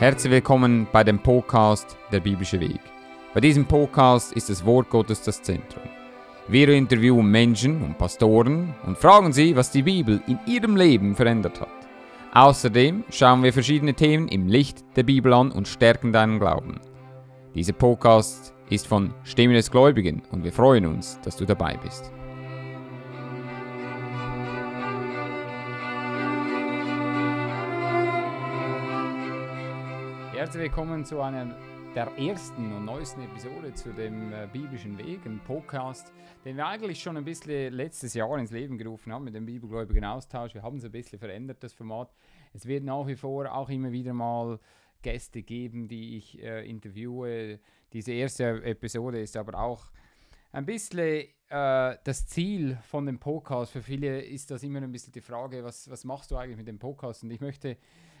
Herzlich willkommen bei dem Podcast Der biblische Weg. Bei diesem Podcast ist das Wort Gottes das Zentrum. Wir interviewen Menschen und Pastoren und fragen sie, was die Bibel in ihrem Leben verändert hat. Außerdem schauen wir verschiedene Themen im Licht der Bibel an und stärken deinen Glauben. Dieser Podcast ist von Stimme des Gläubigen und wir freuen uns, dass du dabei bist. Herzlich willkommen zu einer der ersten und neuesten Episode zu dem biblischen Weg, ein Podcast, den wir eigentlich schon ein bisschen letztes Jahr ins Leben gerufen haben mit dem bibelgläubigen Austausch. Wir haben es ein bisschen verändert, das Format. Es wird nach wie vor auch immer wieder mal Gäste geben, die ich interviewe. Diese erste Episode ist aber auch ein bisschen das Ziel von dem Podcast. Für viele ist das immer ein bisschen die Frage, was machst du eigentlich mit dem Podcast? Und ich möchte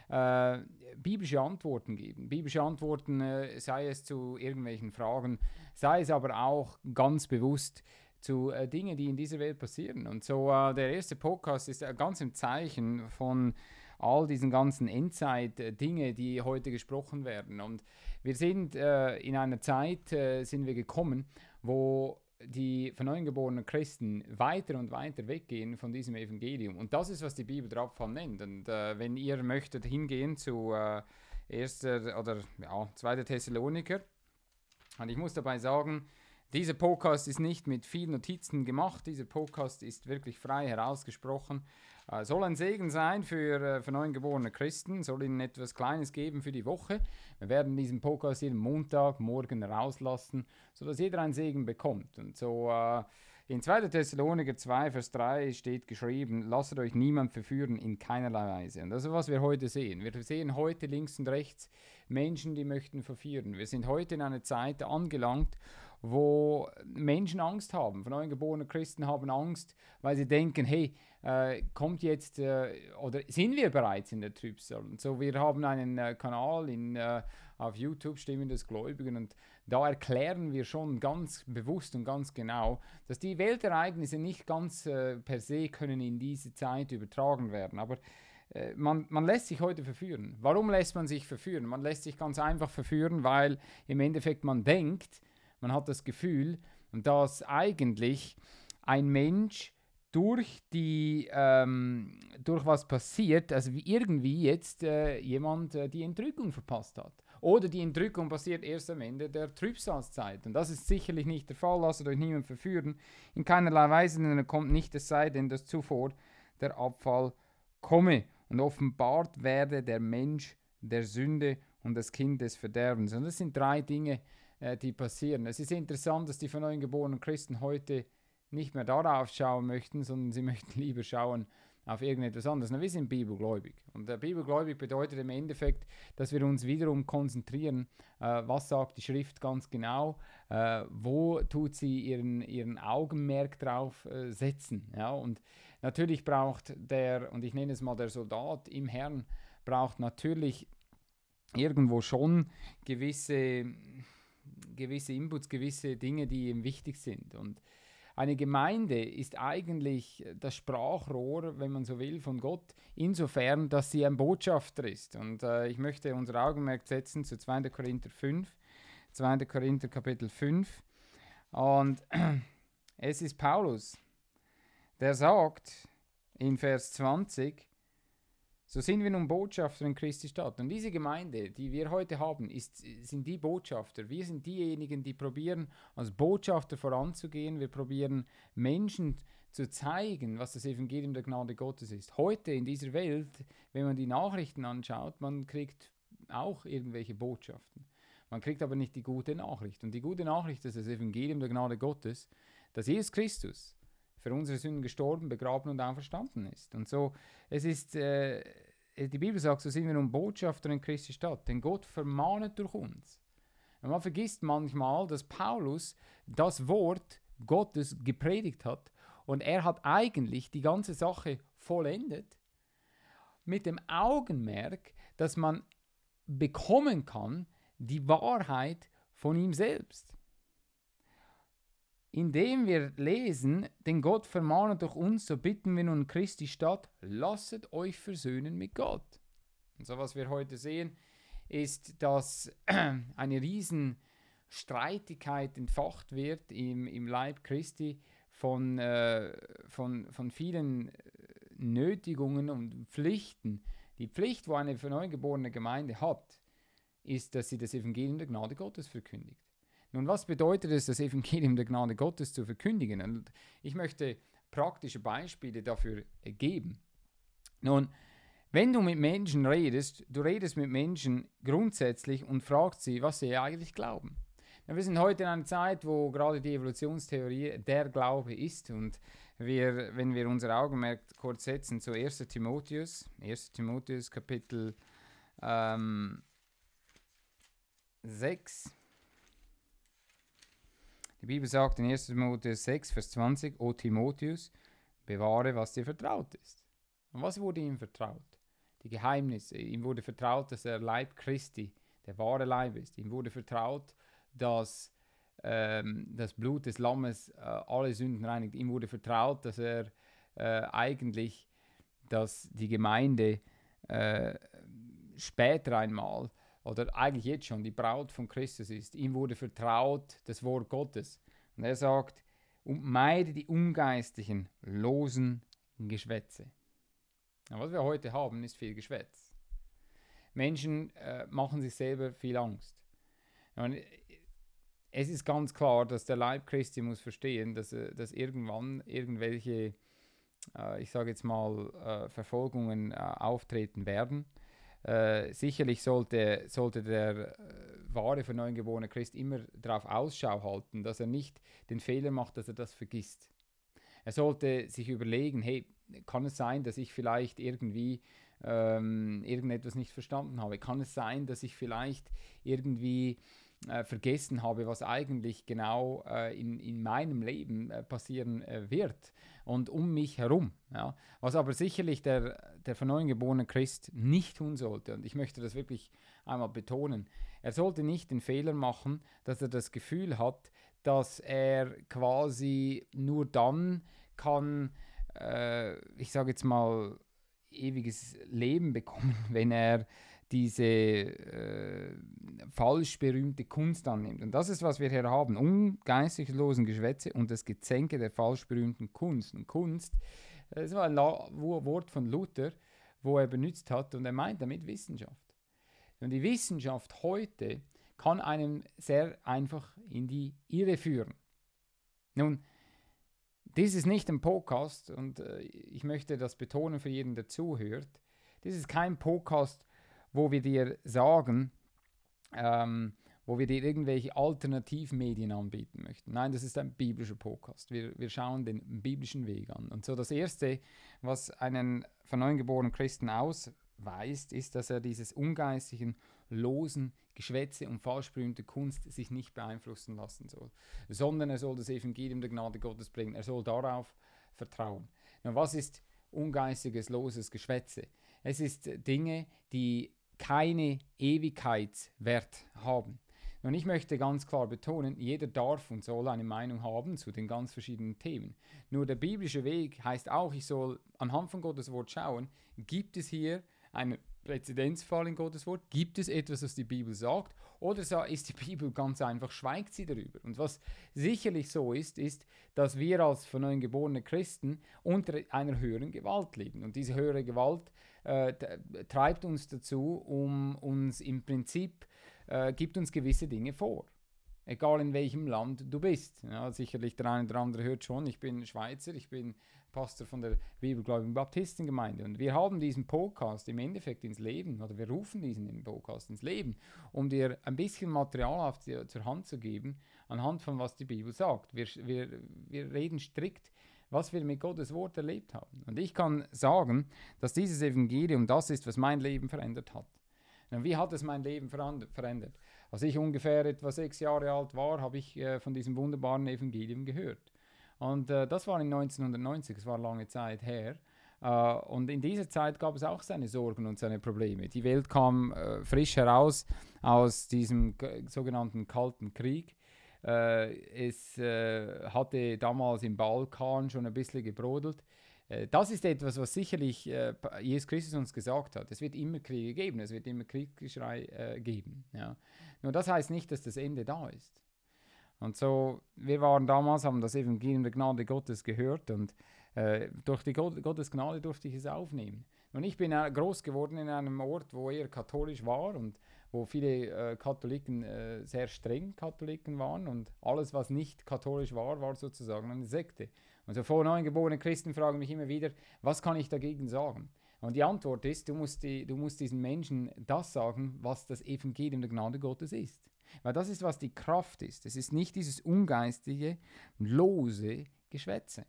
biblische Antworten geben. Biblische Antworten, sei es zu irgendwelchen Fragen, sei es aber auch ganz bewusst zu Dingen, die in dieser Welt passieren. Und so der erste Podcast ist ganz im Zeichen von all diesen ganzen Endzeit-Dinge, die heute gesprochen werden. Und wir sind in einer Zeit, sind wir gekommen, wo die von neuem geborenen Christen weiter und weiter weggehen von diesem Evangelium. Und das ist, was die Bibel der Abfall nennt. Und wenn ihr möchtet hingehen zu 1. oder 2. Thessaloniker, und ich muss dabei sagen, dieser Podcast ist nicht mit vielen Notizen gemacht, dieser Podcast ist wirklich frei herausgesprochen. Soll ein Segen sein für von neuem geborene Christen, soll ihnen etwas Kleines geben für die Woche. Wir werden diesen Podcast jeden Montagmorgen rauslassen, sodass jeder einen Segen bekommt. Und so in 2. Thessaloniker 2, Vers 3 steht geschrieben, lasst euch niemand verführen in keinerlei Weise. Und das ist, was wir heute sehen. Wir sehen heute links und rechts Menschen, die möchten verführen. Wir sind heute in einer Zeit angelangt, wo Menschen Angst haben. Von neuen geborenen Christen haben Angst, weil sie denken, hey, kommt jetzt, oder sind wir bereits in der Trübsal? Und so, wir haben einen Kanal auf YouTube, Stimmen des Gläubigen, und da erklären wir schon ganz bewusst und ganz genau, dass die Weltereignisse nicht ganz per se können in diese Zeit übertragen werden. Aber man lässt sich heute verführen. Warum lässt man sich verführen? Man lässt sich ganz einfach verführen, weil im Endeffekt man denkt, man hat das Gefühl, dass eigentlich ein Mensch durch was passiert, also wie irgendwie jetzt jemand die Entrückung verpasst hat. Oder die Entrückung passiert erst am Ende der Trübsalzeit. Und das ist sicherlich nicht der Fall, lasst euch niemand verführen. In keinerlei Weise, denn er kommt nicht, es sei denn, dass zuvor der Abfall komme und offenbart werde der Mensch der Sünde und das Kind des Verderbens. Und das sind drei Dinge, die passieren. Es ist interessant, dass die von neuem geborenen Christen heute nicht mehr darauf schauen möchten, sondern sie möchten lieber schauen auf irgendetwas anderes. Na, wir sind bibelgläubig. Und bibelgläubig bedeutet im Endeffekt, dass wir uns wiederum konzentrieren, was sagt die Schrift ganz genau, wo tut sie ihren Augenmerk drauf setzen. Ja? Und natürlich braucht und ich nenne es mal der Soldat im Herrn, braucht natürlich irgendwo schon gewisse Inputs, gewisse Dinge, die ihm wichtig sind. Und eine Gemeinde ist eigentlich das Sprachrohr, wenn man so will, von Gott, insofern, dass sie ein Botschafter ist. Und ich möchte unser Augenmerk setzen zu 2. Korinther 5, 2. Korinther Kapitel 5. Und es ist Paulus, der sagt in Vers 20, so sind wir nun Botschafter in Christi Stadt. Und diese Gemeinde, die wir heute haben, sind die Botschafter. Wir sind diejenigen, die probieren, als Botschafter voranzugehen. Wir probieren, Menschen zu zeigen, was das Evangelium der Gnade Gottes ist. Heute in dieser Welt, wenn man die Nachrichten anschaut, man kriegt auch irgendwelche Botschaften. Man kriegt aber nicht die gute Nachricht. Und die gute Nachricht ist das Evangelium der Gnade Gottes, dass Jesus Christus für unsere Sünden gestorben, begraben und auferstanden ist. Und so, es ist, die Bibel sagt, so sind wir nun Botschafter in Christi Stadt, denn Gott vermahnet durch uns. Und man vergisst manchmal, dass Paulus das Wort Gottes gepredigt hat und er hat eigentlich die ganze Sache vollendet mit dem Augenmerk, dass man bekommen kann die Wahrheit von ihm selbst. Indem wir lesen, denn Gott vermahnet durch uns, so bitten wir nun Christi Stadt, lasset euch versöhnen mit Gott. Und so was wir heute sehen, ist, dass eine riesen Streitigkeit entfacht wird im Leib Christi von vielen Nötigungen und Pflichten. Die Pflicht, wo eine neugeborene Gemeinde hat, ist, dass sie das Evangelium der Gnade Gottes verkündigt. Nun, was bedeutet es, das Evangelium der Gnade Gottes zu verkündigen? Und ich möchte praktische Beispiele dafür geben. Nun, wenn du mit Menschen redest, du redest mit Menschen grundsätzlich und fragst sie, was sie eigentlich glauben. Wir sind heute in einer Zeit, wo gerade die Evolutionstheorie der Glaube ist, und wenn wir unser Augenmerk kurz setzen zu 1. Timotheus Kapitel 6. Die Bibel sagt in 1. Timotheus 6, Vers 20, O Timotheus, bewahre, was dir vertraut ist. Und was wurde ihm vertraut? Die Geheimnisse. Ihm wurde vertraut, dass er Leib Christi, der wahre Leib ist. Ihm wurde vertraut, dass das Blut des Lammes alle Sünden reinigt. Ihm wurde vertraut, dass er dass die Gemeinde später einmal oder eigentlich jetzt schon die Braut von Christus ist. Ihm wurde vertraut das Wort Gottes. Und er sagt, meide die ungeistlichen, losen Geschwätze. Ja, was wir heute haben, ist viel Geschwätz. Menschen machen sich selber viel Angst. Und es ist ganz klar, dass der Leib Christi muss verstehen, dass irgendwann irgendwelche, ich sage jetzt mal, Verfolgungen auftreten werden. Sicherlich sollte der wahre von neuem geborene Christ immer darauf Ausschau halten, dass er nicht den Fehler macht, dass er das vergisst. Er sollte sich überlegen, hey, kann es sein, dass ich vielleicht irgendwie irgendetwas nicht verstanden habe? Kann es sein, dass ich vielleicht irgendwie vergessen habe, was eigentlich genau in meinem Leben passieren wird und um mich herum. Ja? Was aber sicherlich der von neuem geborene Christ nicht tun sollte, und ich möchte das wirklich einmal betonen, er sollte nicht den Fehler machen, dass er das Gefühl hat, dass er quasi nur dann kann, ich sage jetzt mal, ewiges Leben bekommen, wenn er diese falsch berühmte Kunst annimmt. Und das ist, was wir hier haben. Ungeistungslosen Geschwätze und das Gezänke der falsch berühmten Kunst. Und Kunst, das war ein Wort von Luther, wo er benutzt hat, und er meint damit Wissenschaft. Und die Wissenschaft heute kann einen sehr einfach in die Irre führen. Nun, dies ist nicht ein Podcast, und ich möchte das betonen für jeden, der zuhört. Dies ist kein Podcast, wo wir dir sagen, wo wir dir irgendwelche Alternativmedien anbieten möchten. Nein, das ist ein biblischer Podcast. Wir schauen den biblischen Weg an. Und so das Erste, was einen von neuem geborenen Christen ausweist, ist, dass er dieses ungeistlichen, losen Geschwätze und falsch berühmte Kunst sich nicht beeinflussen lassen soll, sondern er soll das Evangelium der Gnade Gottes bringen. Er soll darauf vertrauen. Nun, was ist ungeistiges, loses Geschwätze? Es ist Dinge, die keine Ewigkeitswert haben. Und ich möchte ganz klar betonen, jeder darf und soll eine Meinung haben zu den ganz verschiedenen Themen. Nur der biblische Weg heißt auch, ich soll anhand von Gottes Wort schauen, gibt es hier einen Präzedenzfall in Gottes Wort? Gibt es etwas, was die Bibel sagt? Oder ist die Bibel ganz einfach, schweigt sie darüber? Und was sicherlich so ist, dass wir als von neuem geborene Christen unter einer höheren Gewalt leben. Und diese höhere Gewalt treibt uns dazu, uns im Prinzip, gibt uns gewisse Dinge vor. Egal in welchem Land du bist. Ja, sicherlich der eine oder andere hört schon, ich bin Schweizer, ich bin Pastor von der Bibelgläubigen Baptistengemeinde. Und wir haben diesen Podcast im Endeffekt ins Leben, oder wir rufen diesen Podcast ins Leben, um dir ein bisschen Material zur Hand zu geben, anhand von was die Bibel sagt. Wir reden strikt, was wir mit Gottes Wort erlebt haben. Und ich kann sagen, dass dieses Evangelium das ist, was mein Leben verändert hat. Und wie hat es mein Leben verändert? Als ich ungefähr etwa 6 Jahre alt war, habe ich von diesem wunderbaren Evangelium gehört. Und das war in 1990, es war lange Zeit her. Und in dieser Zeit gab es auch seine Sorgen und seine Probleme. Die Welt kam frisch heraus aus diesem sogenannten Kalten Krieg. Es hatte damals im Balkan schon ein bisschen gebrodelt. Das ist etwas, was sicherlich Jesus Christus uns gesagt hat. Es wird immer Kriege geben, es wird immer Kriegsgeschrei geben. Ja. Nur das heißt nicht, dass das Ende da ist. Und so, wir waren damals, haben das Evangelium der Gnade Gottes gehört und durch die Gottes Gnade durfte ich es aufnehmen. Und ich bin groß geworden in einem Ort, wo eher katholisch war und wo viele Katholiken sehr streng Katholiken waren und alles, was nicht katholisch war, war sozusagen eine Sekte. Und so vor neugeborene Christen fragen mich immer wieder, was kann ich dagegen sagen? Und die Antwort ist, du musst diesen Menschen das sagen, was das Evangelium der Gnade Gottes ist. Weil das ist, was die Kraft ist. Es ist nicht dieses ungeistige, lose Geschwätze.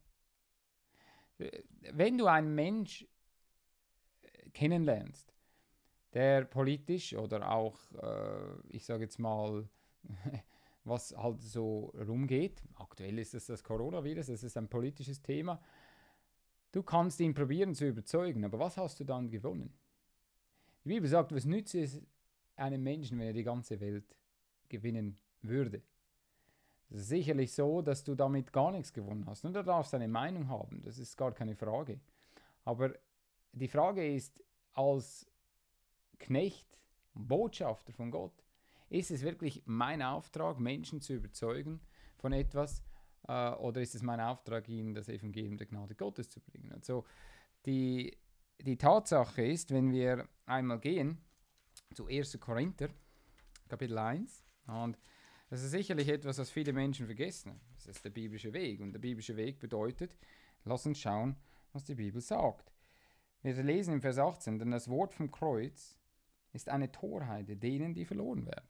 Wenn du einen Mensch kennenlernst, der politisch oder auch, ich sage jetzt mal, was halt so rumgeht, aktuell ist es das Coronavirus, das ist ein politisches Thema, du kannst ihn probieren zu überzeugen, aber was hast du dann gewonnen? Die Bibel sagt, was nützt es einem Menschen, wenn er die ganze Welt gewinnen würde? Es ist sicherlich so, dass du damit gar nichts gewonnen hast. Und du darfst eine Meinung haben, das ist gar keine Frage. Aber die Frage ist, als Knecht, Botschafter von Gott, ist es wirklich mein Auftrag, Menschen zu überzeugen von etwas, oder ist es mein Auftrag, ihnen das Evangelium der Gnade Gottes zu bringen? Also die Tatsache ist, wenn wir einmal gehen zu 1. Korinther, Kapitel 1, und das ist sicherlich etwas, was viele Menschen vergessen. Das ist der biblische Weg. Und der biblische Weg bedeutet, lass uns schauen, was die Bibel sagt. Wir lesen im Vers 18, denn das Wort vom Kreuz ist eine Torheit denen, die verloren werden.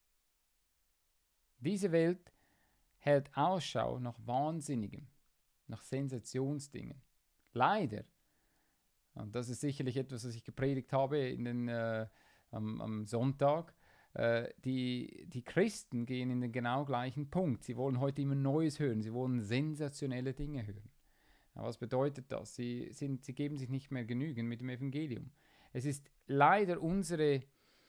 Diese Welt hält Ausschau nach Wahnsinnigem, nach Sensationsdingen. Leider, und das ist sicherlich etwas, was ich gepredigt habe am Sonntag, die Christen gehen in den genau gleichen Punkt. Sie wollen heute immer Neues hören, sie wollen sensationelle Dinge hören. Ja, was bedeutet das? Sie geben sich nicht mehr genügen mit dem Evangelium. Es ist leider unsere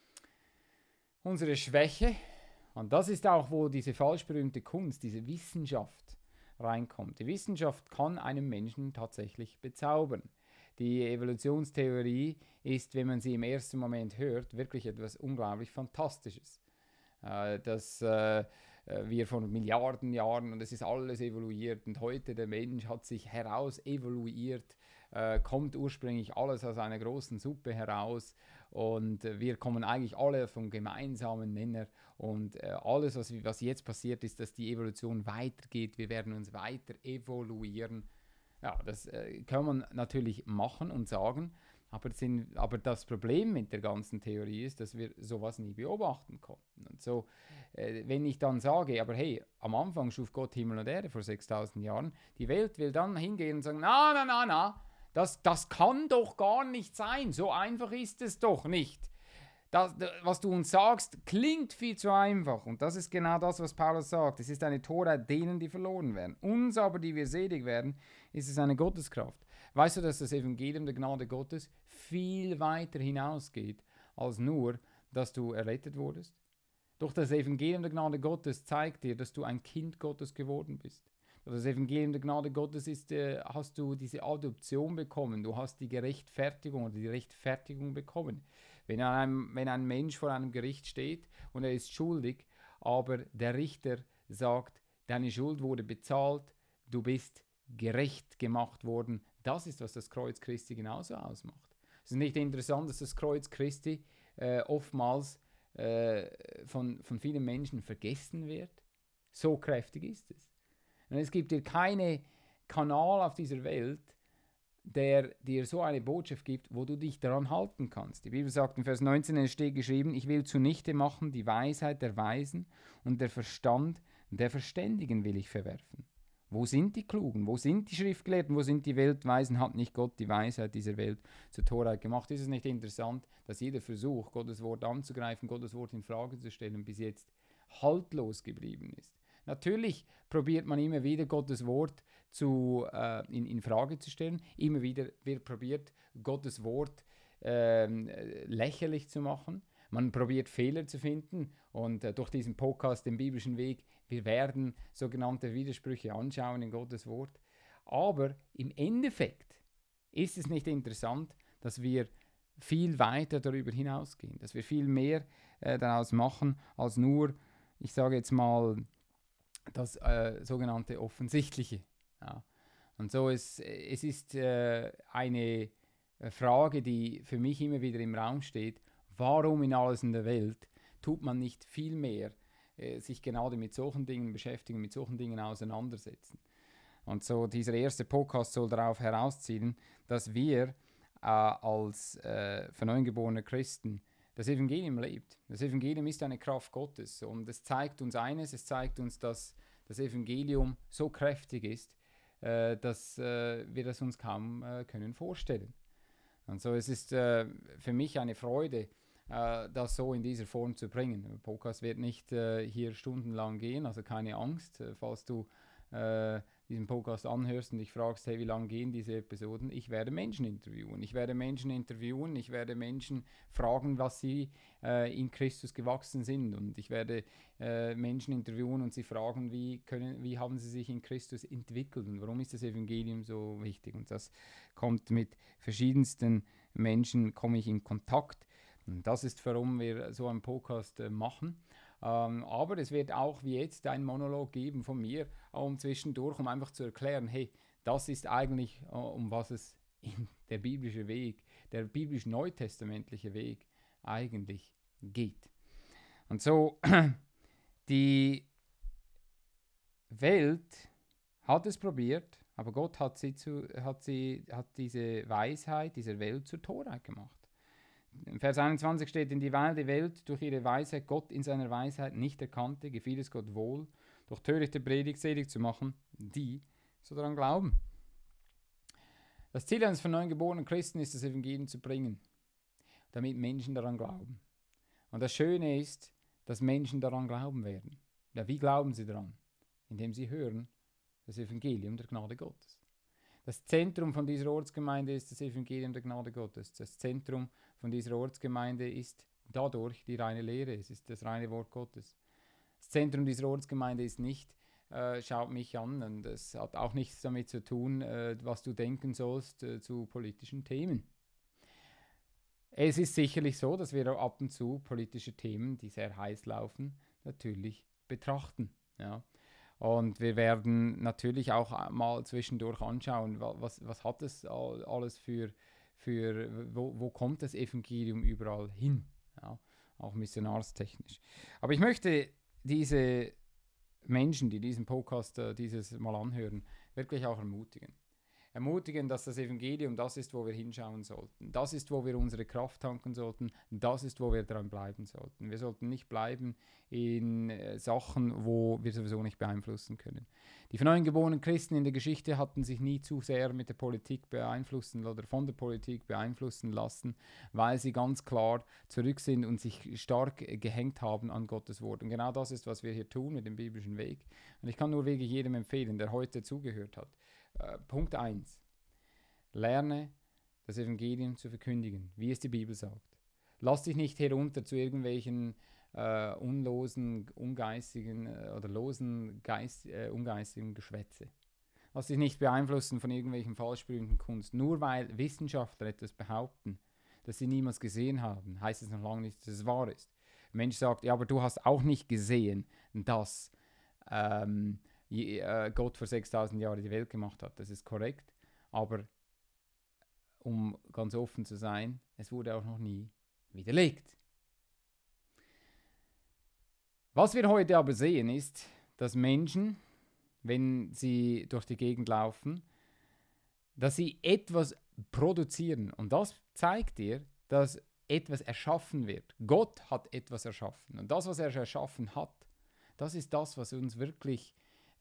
Schwäche, und das ist auch, wo diese falsch berühmte Kunst, diese Wissenschaft reinkommt. Die Wissenschaft kann einen Menschen tatsächlich bezaubern. Die Evolutionstheorie ist, wenn man sie im ersten Moment hört, wirklich etwas unglaublich Fantastisches. Dass wir von Milliarden Jahren, und es ist alles evoluiert, und heute der Mensch hat sich heraus evoluiert, kommt ursprünglich alles aus einer großen Suppe heraus, und wir kommen eigentlich alle vom gemeinsamen Nenner, und alles, was jetzt passiert, ist, dass die Evolution weitergeht, wir werden uns weiter evoluieren. Ja, das kann man natürlich machen und sagen, aber das Problem mit der ganzen Theorie ist, dass wir sowas nie beobachten konnten. Und so, wenn ich dann sage, aber hey, am Anfang schuf Gott Himmel und Erde vor 6000 Jahren, die Welt will dann hingehen und sagen, na, das kann doch gar nicht sein, so einfach ist es doch nicht. Das, was du uns sagst, klingt viel zu einfach. Und das ist genau das, was Paulus sagt. Es ist eine Torheit denen, die verloren werden. Uns aber, die wir selig werden, ist es eine Gotteskraft. Weißt du, dass das Evangelium der Gnade Gottes viel weiter hinausgeht, als nur, dass du errettet wurdest? Durch das Evangelium der Gnade Gottes zeigt dir, dass du ein Kind Gottes geworden bist. Durch das Evangelium der Gnade Gottes hast du diese Adoption bekommen. Du hast die Gerechtfertigung oder die Rechtfertigung bekommen. Wenn ein Mensch vor einem Gericht steht und er ist schuldig, aber der Richter sagt, deine Schuld wurde bezahlt, du bist gerecht gemacht worden. Das ist, was das Kreuz Christi genauso ausmacht. Es ist nicht interessant, dass das Kreuz Christi oftmals von vielen Menschen vergessen wird. So kräftig ist es. Und es gibt dir keinen Kanal auf dieser Welt, der dir so eine Botschaft gibt, wo du dich daran halten kannst. Die Bibel sagt in Vers 19, es steht geschrieben, ich will zunichte machen die Weisheit der Weisen und der Verstand der Verständigen will ich verwerfen. Wo sind die Klugen? Wo sind die Schriftgelehrten? Wo sind die Weltweisen? Hat nicht Gott die Weisheit dieser Welt zur Torheit gemacht? Ist es nicht interessant, dass jeder Versuch, Gottes Wort anzugreifen, Gottes Wort in Frage zu stellen, bis jetzt haltlos geblieben ist? Natürlich probiert man immer wieder Gottes Wort in Frage zu stellen. Immer wieder wird probiert, Gottes Wort lächerlich zu machen. Man probiert Fehler zu finden und durch diesen Podcast, den biblischen Weg, wir werden sogenannte Widersprüche anschauen in Gottes Wort. Aber im Endeffekt ist es nicht interessant, dass wir viel weiter darüber hinausgehen, dass wir viel mehr daraus machen, als nur, ich sage jetzt mal, das sogenannte Offensichtliche. Ja. Und so es ist eine Frage, die für mich immer wieder im Raum steht: Warum in alles in der Welt tut man nicht viel mehr sich genau mit solchen Dingen beschäftigen, mit solchen Dingen auseinandersetzen? Und so dieser erste Podcast soll darauf herauszielen, dass wir als von neuem geborene Christen das Evangelium lebt. Das Evangelium ist eine Kraft Gottes und es zeigt uns eines, es zeigt uns, dass das Evangelium so kräftig ist, dass wir das uns kaum können vorstellen. Und so es ist für mich eine Freude, das so in dieser Form zu bringen. Der Podcast wird nicht hier stundenlang gehen, also keine Angst, falls du diesen Podcast anhörst und dich fragst, hey, wie lange gehen diese Episoden? Ich werde Menschen interviewen. Ich werde Menschen fragen, was sie in Christus gewachsen sind. Und ich werde Menschen interviewen und sie fragen, wie haben sie sich in Christus entwickelt und warum ist das Evangelium so wichtig? Und das kommt mit verschiedensten Menschen, komme ich in Kontakt. Und das ist, warum wir so einen Podcast machen. Aber es wird auch wie jetzt ein Monolog geben von mir, um zwischendurch, um einfach zu erklären, hey, das ist eigentlich, um was es in der biblische Weg, der biblisch-neutestamentliche Weg eigentlich geht. Und so, die Welt hat es probiert, aber Gott hat diese Weisheit dieser Welt zur Torheit gemacht. Im Vers 21 steht, dieweil die Welt durch ihre Weisheit Gott in seiner Weisheit nicht erkannte, gefiel es Gott wohl, durch törichte Predigt selig zu machen, die so daran glauben. Das Ziel eines von neuem geborenen Christen ist, das Evangelium zu bringen, damit Menschen daran glauben. Und das Schöne ist, dass Menschen daran glauben werden. Ja, wie glauben sie daran? Indem sie hören das Evangelium der Gnade Gottes. Das Zentrum von dieser Ortsgemeinde ist das Evangelium der Gnade Gottes. Das Zentrum von dieser Ortsgemeinde ist dadurch die reine Lehre. Es ist das reine Wort Gottes. Das Zentrum dieser Ortsgemeinde ist nicht, schaut mich an, und es hat auch nichts damit zu tun, was du denken sollst zu politischen Themen. Es ist sicherlich so, dass wir ab und zu politische Themen, die sehr heiß laufen, natürlich betrachten. Ja. Und wir werden natürlich auch mal zwischendurch anschauen, was hat es alles wo kommt das Evangelium überall hin, ja, auch missionarstechnisch. Aber ich möchte diese Menschen, die diesen Podcast dieses Mal anhören, wirklich auch ermutigen. Ermutigen, dass das Evangelium das ist, wo wir hinschauen sollten. Das ist, wo wir unsere Kraft tanken sollten. Das ist, wo wir dran bleiben sollten. Wir sollten nicht bleiben in Sachen, wo wir sowieso nicht beeinflussen können. Die von neuem geborenen Christen in der Geschichte hatten sich nie zu sehr mit der Politik beeinflussen oder von der Politik beeinflussen lassen, weil sie ganz klar zurück sind und sich stark gehängt haben an Gottes Wort. Und genau das ist, was wir hier tun mit dem biblischen Weg. Und ich kann nur wirklich jedem empfehlen, der heute zugehört hat. Punkt 1. Lerne das Evangelium zu verkündigen, wie es die Bibel sagt. Lass dich nicht herunter zu irgendwelchen ungeistigen Geschwätze. Lass dich nicht beeinflussen von irgendwelchen falschsprüchenden Kunst. Nur weil Wissenschaftler etwas behaupten, das sie niemals gesehen haben, heißt es noch lange nicht, dass es wahr ist. Ein Mensch sagt, ja, aber du hast auch nicht gesehen, dass Gott vor 6000 Jahren die Welt gemacht hat. Das ist korrekt, aber um ganz offen zu sein, es wurde auch noch nie widerlegt. Was wir heute aber sehen ist, dass Menschen, wenn sie durch die Gegend laufen, dass sie etwas produzieren. Und das zeigt dir, dass etwas erschaffen wird. Gott hat etwas erschaffen. Und das, was er erschaffen hat, das ist das, was uns wirklich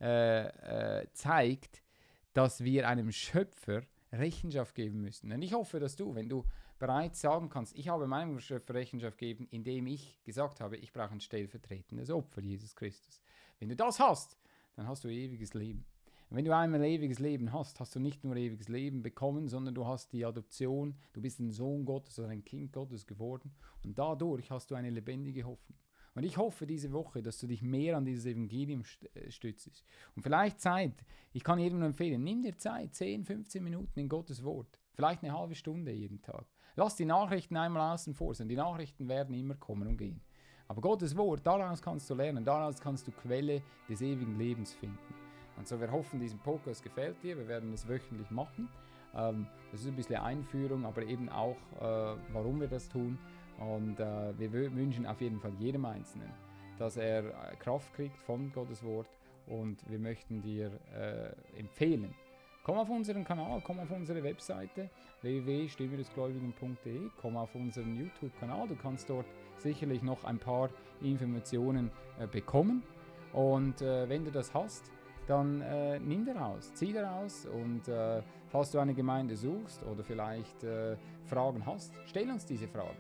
zeigt, dass wir einem Schöpfer Rechenschaft geben müssen. Und ich hoffe, dass du, wenn du bereits sagen kannst, ich habe meinem Schöpfer Rechenschaft gegeben, indem ich gesagt habe, ich brauche ein stellvertretendes Opfer, Jesus Christus. Wenn du das hast, dann hast du ewiges Leben. Und wenn du einmal ewiges Leben hast, hast du nicht nur ewiges Leben bekommen, sondern du hast die Adoption, du bist ein Sohn Gottes oder ein Kind Gottes geworden und dadurch hast du eine lebendige Hoffnung. Und ich hoffe diese Woche, dass du dich mehr an dieses Evangelium stützt. Und vielleicht Zeit, ich kann jedem nur empfehlen, nimm dir Zeit, 10, 15 Minuten in Gottes Wort. Vielleicht eine halbe Stunde jeden Tag. Lass die Nachrichten einmal außen vor sein. Die Nachrichten werden immer kommen und gehen. Aber Gottes Wort, daraus kannst du lernen, daraus kannst du Quelle des ewigen Lebens finden. Und so, wir hoffen, diesen Podcast gefällt dir. Wir werden es wöchentlich machen. Das ist ein bisschen Einführung, aber eben auch, warum wir das tun. Und wir wünschen auf jeden Fall jedem Einzelnen, dass er Kraft kriegt von Gottes Wort. Und wir möchten dir empfehlen, komm auf unseren Kanal, komm auf unsere Webseite www.stimmedesgläubigen.de, komm auf unseren YouTube-Kanal, du kannst dort sicherlich noch ein paar Informationen bekommen. Und wenn du das hast, dann nimm daraus, zieh daraus und falls du eine Gemeinde suchst oder vielleicht Fragen hast, stell uns diese Fragen.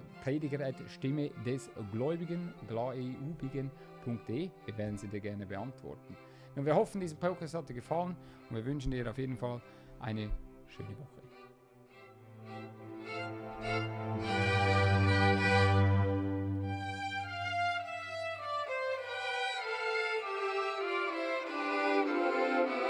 Prediger@stimme-des-gläubigen.de, wir werden sie dir gerne beantworten. Und wir hoffen, dieser Podcast hat dir gefallen und wir wünschen dir auf jeden Fall eine schöne Woche.